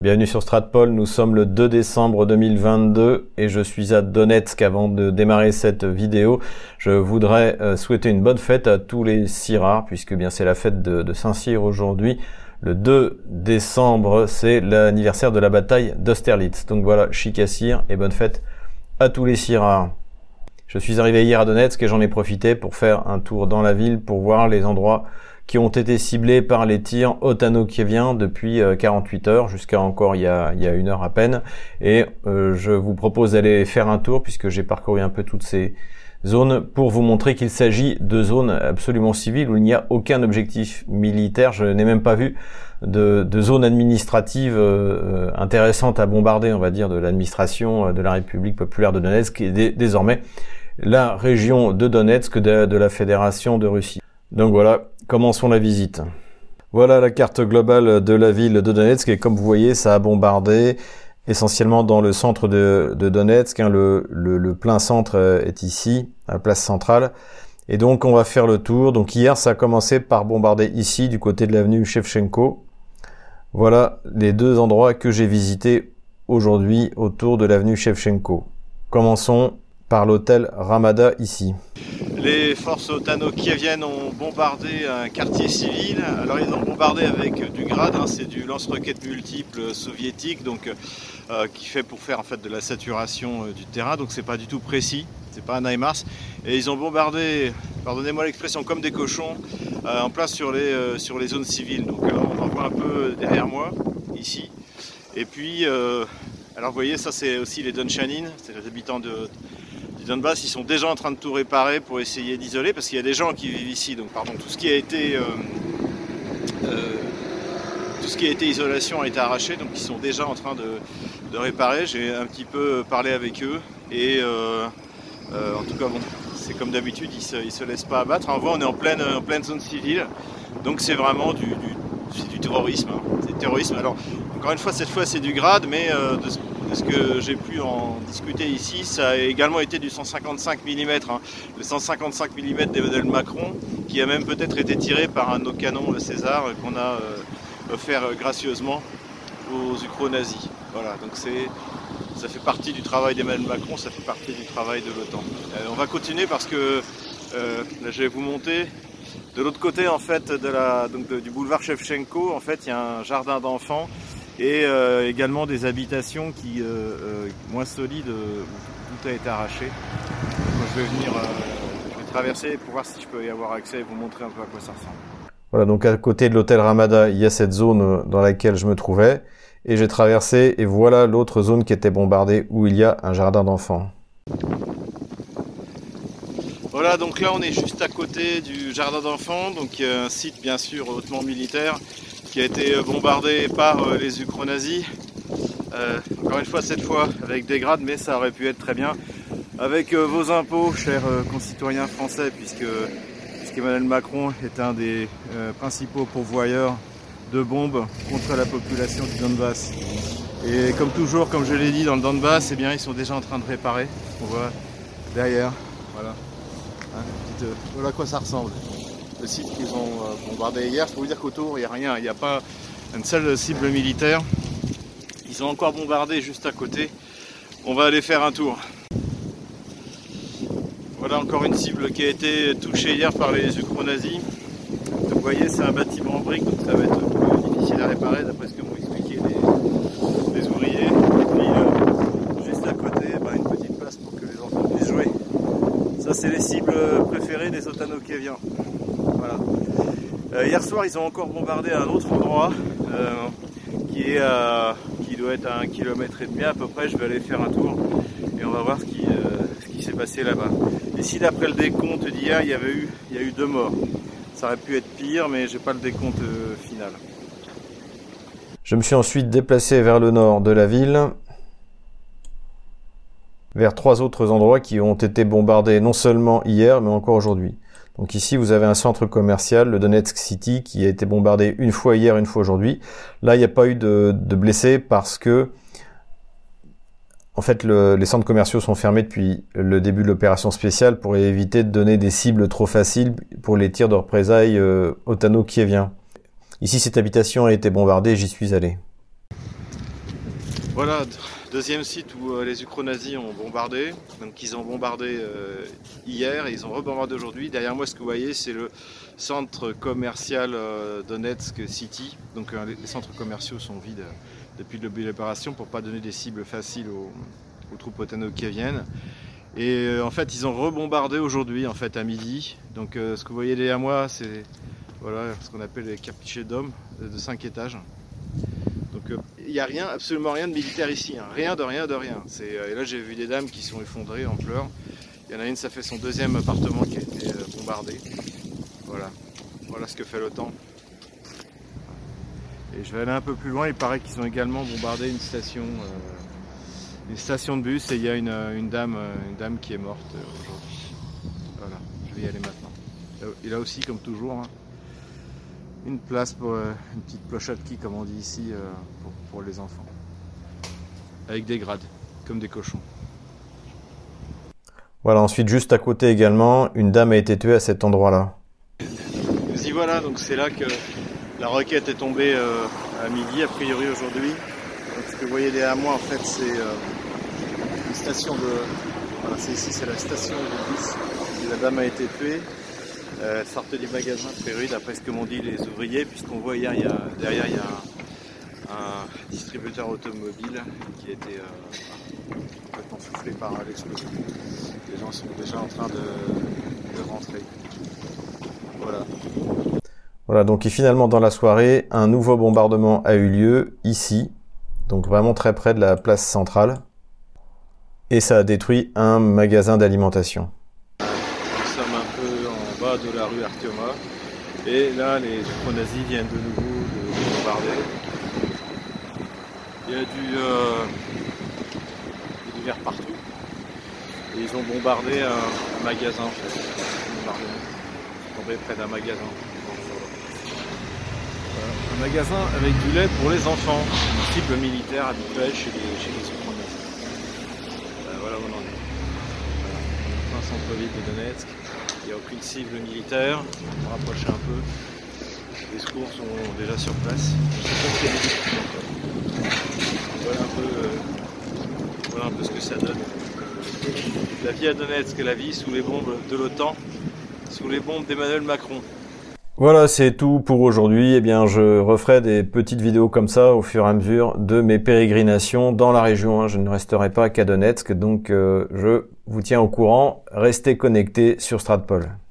Bienvenue sur Stratpol, nous sommes le 2 décembre 2022 et je suis à Donetsk. Avant de démarrer cette vidéo, je voudrais souhaiter une bonne fête à tous les Syrards, puisque bien c'est la fête de Saint-Cyr aujourd'hui. Le 2 décembre, c'est l'anniversaire de la bataille d'Austerlitz. Donc voilà, chic à Cyr et bonne fête à tous les Syrards. Je suis arrivé hier à Donetsk et j'en ai profité pour faire un tour dans la ville pour voir les endroits qui ont été ciblés par les tirs otano-kieviens depuis 48 heures jusqu'à encore il y a 1 heure à peine. Et je vous propose d'aller faire un tour puisque j'ai parcouru un peu toutes ces zones pour vous montrer qu'il s'agit de zones absolument civiles où il n'y a aucun objectif militaire. Je n'ai même pas vu de zone administrative intéressante à bombarder, on va dire, de l'administration de la République populaire de Donetsk et désormais la région de Donetsk de la Fédération de Russie. Donc voilà, commençons la visite. Voilà la carte globale de la ville de Donetsk et comme vous voyez, ça a bombardé essentiellement dans le centre de Donetsk. Le plein centre est ici, à la place centrale. Et donc on va faire le tour. Donc hier, ça a commencé par bombarder ici, du côté de l'avenue Shevchenko. Voilà les deux endroits que j'ai visités aujourd'hui autour de l'avenue Shevchenko. Commençons par l'hôtel Ramada ici. Les forces otano-kieviennes ont bombardé un quartier civil. Alors ils ont bombardé avec du grad, c'est du lance-roquettes multiple soviétique, donc qui fait pour faire en fait de la saturation du terrain. Donc c'est pas du tout précis, c'est pas un HIMARS. Et ils ont bombardé, pardonnez-moi l'expression, comme des cochons, en plein sur les zones civiles. Donc on en voit un peu derrière moi, ici. Et puis, alors vous voyez, ça c'est aussi les Donchanin, c'est les habitants du Donbass. Ils sont déjà en train de tout réparer pour essayer d'isoler, parce qu'il y a des gens qui vivent ici. Donc pardon, tout ce qui a été isolation a été arraché, donc ils sont déjà en train de réparer. J'ai un petit peu parlé avec eux et en tout cas bon, c'est comme d'habitude, ils se laissent pas abattre. On voit, on est en pleine zone civile, donc c'est vraiment du terrorisme, hein. C'est terrorisme. Alors encore une fois, cette fois c'est du grade, mais de ce que j'ai pu en discuter ici, ça a également été du 155 mm, hein. Le 155 mm d'Emmanuel Macron, qui a même peut-être été tiré par un de nos canons César qu'on a offert gracieusement aux ukro-nazis. Voilà, donc ça fait partie du travail d'Emmanuel Macron, ça fait partie du travail de l'OTAN. On va continuer parce que là je vais vous montrer. De l'autre côté en fait du boulevard Shevchenko, en fait il y a un jardin d'enfants et également des habitations qui moins solides où tout a été arraché. Donc, je vais traverser pour voir si je peux y avoir accès et vous montrer un peu à quoi ça ressemble. Voilà, donc à côté de l'hôtel Ramada, il y a cette zone dans laquelle je me trouvais et j'ai traversé et voilà l'autre zone qui était bombardée où il y a un jardin d'enfants. Voilà, donc là on est juste à côté du jardin d'enfants, donc un site bien sûr hautement militaire qui a été bombardé par les ukro-nazis. Encore une fois, cette fois avec des grades, mais ça aurait pu être très bien avec vos impôts, chers concitoyens français, puisqu'Emmanuel Macron est un des principaux pourvoyeurs de bombes contre la population du Donbass. Et comme toujours, comme je l'ai dit, dans le Donbass, eh bien, ils sont déjà en train de réparer. On voit derrière, voilà. Voilà à quoi ça ressemble. Le site qu'ils ont bombardé hier, je peux vous dire qu'autour il n'y a rien, il n'y a pas une seule cible militaire. Ils ont encore bombardé juste à côté. On va aller faire un tour. Voilà encore une cible qui a été touchée hier par les ukro-nazis. Vous voyez, c'est un bâtiment en briques, donc ça va être plus difficile à réparer d'après ce que m'ont expliqué les ouvriers. Et puis juste à côté, une petite place pour que les enfants puissent jouer. Ça, c'est les cibles préférées des otano-kieviens. Voilà. Hier soir, ils ont encore bombardé un autre endroit qui doit être à 1,5 km à peu près. Je vais aller faire un tour et on va voir ce qui s'est passé là-bas. Ici, d'après le décompte d'hier, il y a eu 2 morts. Ça aurait pu être pire, mais j'ai pas le décompte final. Je me suis ensuite déplacé vers le nord de la ville, vers 3 autres endroits qui ont été bombardés non seulement hier, mais encore aujourd'hui. Donc ici, vous avez un centre commercial, le Donetsk City, qui a été bombardé une fois hier, une fois aujourd'hui. Là, il n'y a pas eu de blessés parce que, en fait, les centres commerciaux sont fermés depuis le début de l'opération spéciale pour éviter de donner des cibles trop faciles pour les tirs de représailles otano-kieviens. Ici, cette habitation a été bombardée, j'y suis allé. Voilà, deuxième site où les ukro-nazis ont bombardé. Donc ils ont bombardé hier et ils ont rebombardé aujourd'hui. Derrière moi, ce que vous voyez, c'est le centre commercial Donetsk City. Donc les centres commerciaux sont vides depuis le début de l'opération pour ne pas donner des cibles faciles aux troupes otano-kieviennes. Et en fait, ils ont rebombardé aujourd'hui, en fait, à midi. Donc ce que vous voyez derrière moi, c'est voilà, ce qu'on appelle les capichés d'hommes de 5 étages. Donc il n'y a rien, absolument rien de militaire ici, hein. Rien de rien de rien. Et là j'ai vu des dames qui sont effondrées en pleurs. Il y en a une, ça fait son deuxième appartement qui a été bombardé. Voilà, voilà ce que fait l'OTAN. Et je vais aller un peu plus loin, il paraît qu'ils ont également bombardé une station de bus et il y a une dame qui est morte aujourd'hui. Voilà, je vais y aller maintenant. Et là aussi, comme toujours, hein, une place pour une petite plochatki, comme on dit ici, pour les enfants. Avec des grades, comme des cochons. Voilà, ensuite, juste à côté également, une dame a été tuée à cet endroit-là. Nous y voilà, donc c'est là que la roquette est tombée à midi, a priori aujourd'hui. Donc, ce que vous voyez derrière moi, en fait, c'est une station de... Voilà, c'est ici, c'est la station de bus où la dame a été tuée. Sortait du magasin a priori, d'après ce que m'ont dit les ouvriers, puisqu'on voit hier, derrière, il y a un distributeur automobile qui a été complètement soufflé par l'explosion. Les gens sont déjà en train de rentrer. Voilà. Voilà, donc finalement dans la soirée, un nouveau bombardement a eu lieu ici, donc vraiment très près de la place centrale, et ça a détruit un magasin d'alimentation. Nous sommes un peu en bas de la rue Artioma, et là les ukro-nazis viennent de nouveau de bombarder. Il y a du verre partout, et ils ont bombardé un magasin en fait. Ils sont tombés près d'un magasin. Un magasin avec du lait pour les enfants, une cible militaire habituelle chez les ukro-nazis. Voilà où on en est. Voilà. Un centre-ville de Donetsk, il n'y a aucune cible militaire, on va rapprocher un peu. Les secours sont déjà sur place. Voilà un peu ce que ça donne. La vie à Donetsk, la vie sous les bombes de l'OTAN, sous les bombes d'Emmanuel Macron. Voilà, c'est tout pour aujourd'hui. Eh bien, je referai des petites vidéos comme ça au fur et à mesure de mes pérégrinations dans la région. Je ne resterai pas qu'à Donetsk, donc je vous tiens au courant. Restez connectés sur Stratpol.